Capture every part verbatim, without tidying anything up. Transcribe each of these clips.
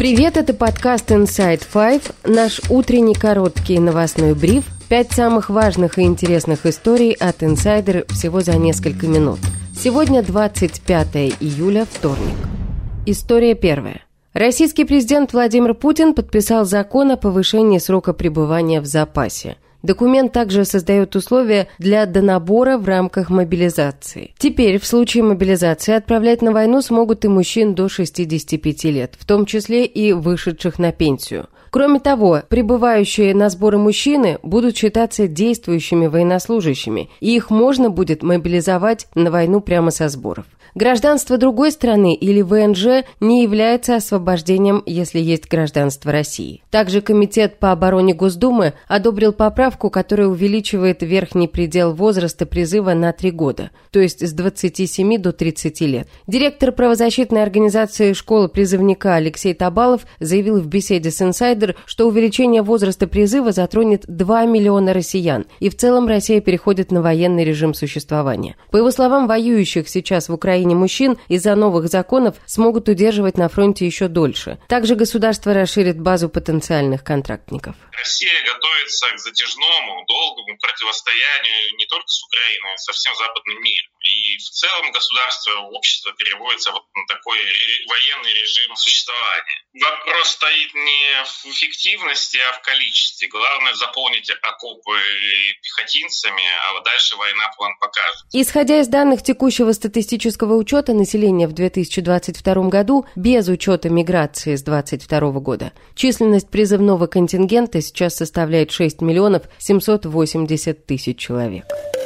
Привет, это подкаст Inside Five, наш утренний короткий новостной бриф. Пять самых важных и интересных историй от инсайдера всего за несколько минут. Сегодня двадцать пятое июля, вторник. История первая. Российский президент Владимир Путин подписал закон о повышении срока пребывания в запасе. Документ также создает условия для донабора в рамках мобилизации. Теперь в случае мобилизации отправлять на войну смогут и мужчин до шестидесяти пяти лет, в том числе и вышедших на пенсию. Кроме того, прибывающие на сборы мужчины будут считаться действующими военнослужащими, и их можно будет мобилизовать на войну прямо со сборов. Гражданство другой страны или ВНЖ не является освобождением, если есть гражданство России. Также Комитет по обороне Госдумы одобрил поправку, которая увеличивает верхний предел возраста призыва на три года, то есть с двадцати семи до тридцати лет. Директор правозащитной организации «Школа призывника» Алексей Табалов заявил в беседе с «Инсайдер», что увеличение возраста призыва затронет два миллиона россиян, и в целом Россия переходит на военный режим существования. По его словам, воюющих сейчас в Украине мужчин из-за новых законов смогут удерживать на фронте еще дольше. Также государство расширит базу потенциальных контрактников. Россия готовится к затяжному, долгому противостоянию не только с Украиной, а со всем западным миром. И в целом государство, общество переводится вот на такой военный режим существования. Вопрос стоит не в эффективности, а в количестве. Главное заполнить окопы пехотинцами, а дальше война план покажет. Исходя из данных текущего статистического учета населения в две тысячи двадцать втором году, без учета миграции с две тысячи двадцать второго года, численность призывного контингента сейчас составляет шесть миллионов семьсот восемьдесят тысяч человек.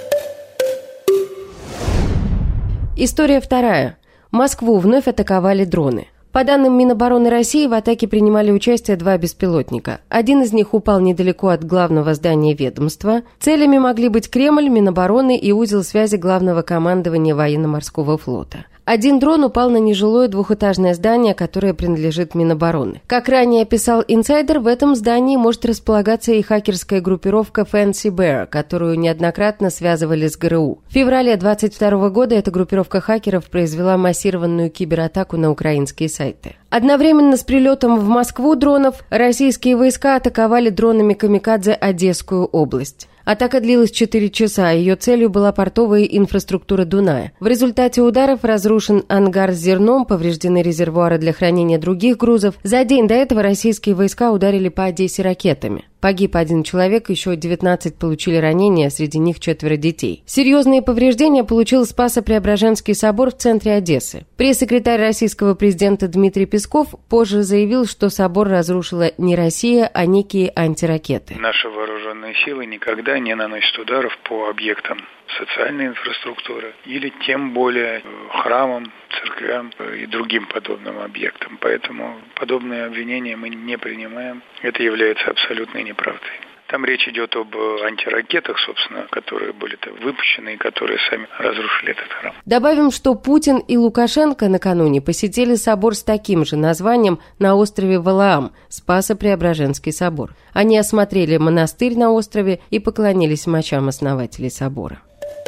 История вторая. Москву вновь атаковали дроны. По данным Минобороны России, в атаке принимали участие два беспилотника. Один из них упал недалеко от главного здания ведомства. Целями могли быть Кремль, Минобороны и узел связи Главного командования военно-морского флота. Один дрон упал на нежилое двухэтажное здание, которое принадлежит Минобороны. Как ранее писал «Инсайдер», в этом здании может располагаться и хакерская группировка Fancy Bear, которую неоднократно связывали с ГРУ. В феврале две тысячи двадцать второго года эта группировка хакеров произвела массированную кибератаку на украинские сайты. Одновременно с прилетом в Москву дронов российские войска атаковали дронами «Камикадзе» Одесскую область. Атака длилась четыре часа, ее целью была портовая инфраструктура Дуная. В результате ударов разрушен ангар с зерном, повреждены резервуары для хранения других грузов. За день до этого российские войска ударили по Одессе ракетами. Погиб один человек, еще девятнадцать получили ранения, среди них четверо детей. Серьезные повреждения получил Спасо-Преображенский собор в центре Одессы. Пресс-секретарь российского президента Дмитрий Песков позже заявил, что собор разрушила не Россия, а некие антиракеты. Наши вооруженные силы никогда не наносят ударов по объектам социальной инфраструктуры или тем более храмам, церквям и другим подобным объектам. Поэтому подобные обвинения мы не принимаем. Это является абсолютной неправдой. Там речь идет об антиракетах, собственно, которые были выпущены и которые сами разрушили этот храм. Добавим, что Путин и Лукашенко накануне посетили собор с таким же названием на острове Валаам, Спасо-Преображенский собор. Они осмотрели монастырь на острове и поклонились мощам основателей собора.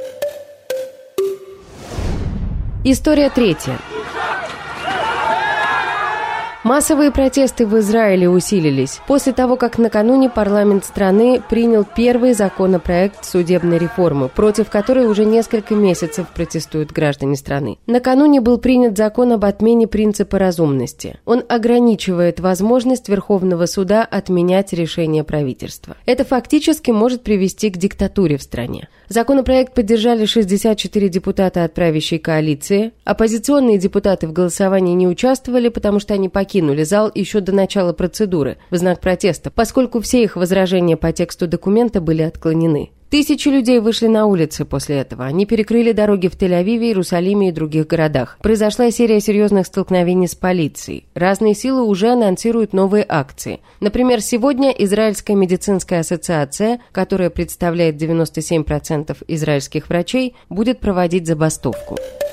История третья. Массовые протесты в Израиле усилились после того, как накануне парламент страны принял первый законопроект судебной реформы, против которой уже несколько месяцев протестуют граждане страны. Накануне был принят закон об отмене принципа разумности. Он ограничивает возможность Верховного суда отменять решения правительства. Это фактически может привести к диктатуре в стране. Законопроект поддержали шестьдесят четыре депутата от правящей коалиции. Оппозиционные депутаты в голосовании не участвовали, потому что они покинули зал еще до начала процедуры в знак протеста, поскольку все их возражения по тексту документа были отклонены. Тысячи людей вышли на улицы после этого. Они перекрыли дороги в Тель-Авиве, Иерусалиме и других городах. Произошла серия серьезных столкновений с полицией. Разные силы уже анонсируют новые акции. Например, сегодня Израильская медицинская ассоциация, которая представляет девяносто семь процентов израильских врачей, будет проводить забастовку.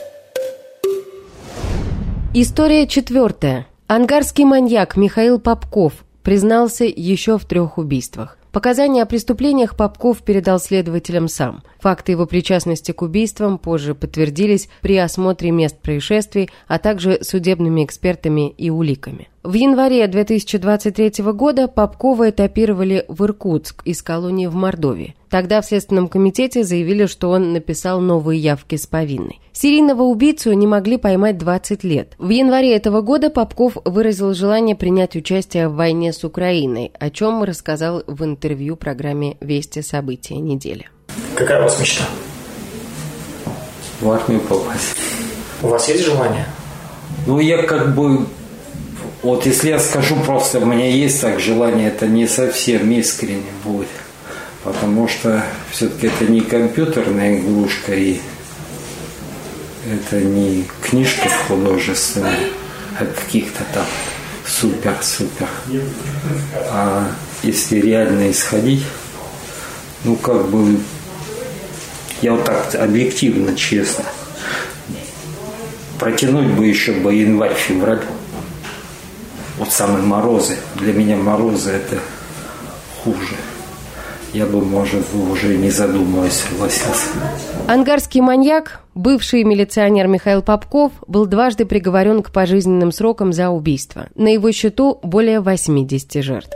История четвертая. Ангарский маньяк Михаил Попков признался еще в трех убийствах. Показания о преступлениях Попков передал следователям сам. Факты его причастности к убийствам позже подтвердились при осмотре мест происшествий, а также судебными экспертами и уликами. В январе две тысячи двадцать третьего года Попкова этапировали в Иркутск из колонии в Мордовии. Тогда в Следственном комитете заявили, что он написал новые явки с повинной. Серийного убийцу не могли поймать двадцать лет. В январе этого года Попков выразил желание принять участие в войне с Украиной, о чем рассказал в интервью программе «Вести. События недели». Какая у вас мечта? В армию попасть. У вас есть желание? Ну, я как бы... Вот если я скажу просто, у меня есть так желание, это не совсем искренне будет. Потому что все-таки это не компьютерная игрушка, и это не книжка художественная, а каких-то там супер-супер. А если реально исходить, ну как бы, я вот так объективно, честно, протянуть бы еще бы январь-февраль. Вот самые морозы. Для меня морозы это хуже. Я бы, может, уже не задумываясь согласился. Ангарский маньяк, бывший милиционер Михаил Попков, был дважды приговорен к пожизненным срокам за убийство. На его счету более восьмидесяти жертв.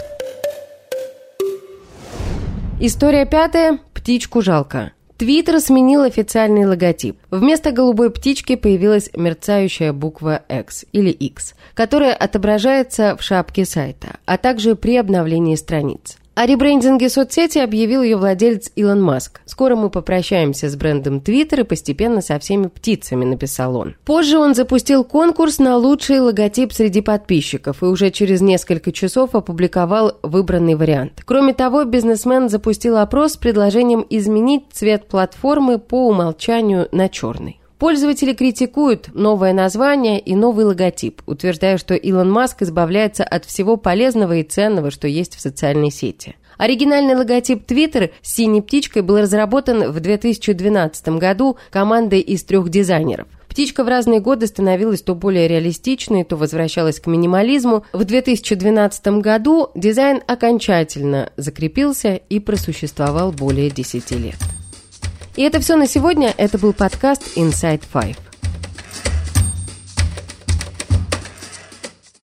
История пятая. Птичку жалко. Твиттер сменил официальный логотип. Вместо голубой птички появилась мерцающая буква X или X, которая отображается в шапке сайта, а также при обновлении страниц. О ребрендинге соцсети объявил ее владелец Илон Маск. «Скоро мы попрощаемся с брендом Twitter и постепенно со всеми птицами», — написал он. Позже он запустил конкурс на лучший логотип среди подписчиков и уже через несколько часов опубликовал выбранный вариант. Кроме того, бизнесмен запустил опрос с предложением изменить цвет платформы по умолчанию на черный. Пользователи критикуют новое название и новый логотип, утверждая, что Илон Маск избавляется от всего полезного и ценного, что есть в социальной сети. Оригинальный логотип Twitter с синей птичкой был разработан в две тысячи двенадцатом году командой из трех дизайнеров. Птичка в разные годы становилась то более реалистичной, то возвращалась к минимализму. В две тысячи двенадцатом году дизайн окончательно закрепился и просуществовал более десяти лет. И это все на сегодня. Это был подкаст Inside Five.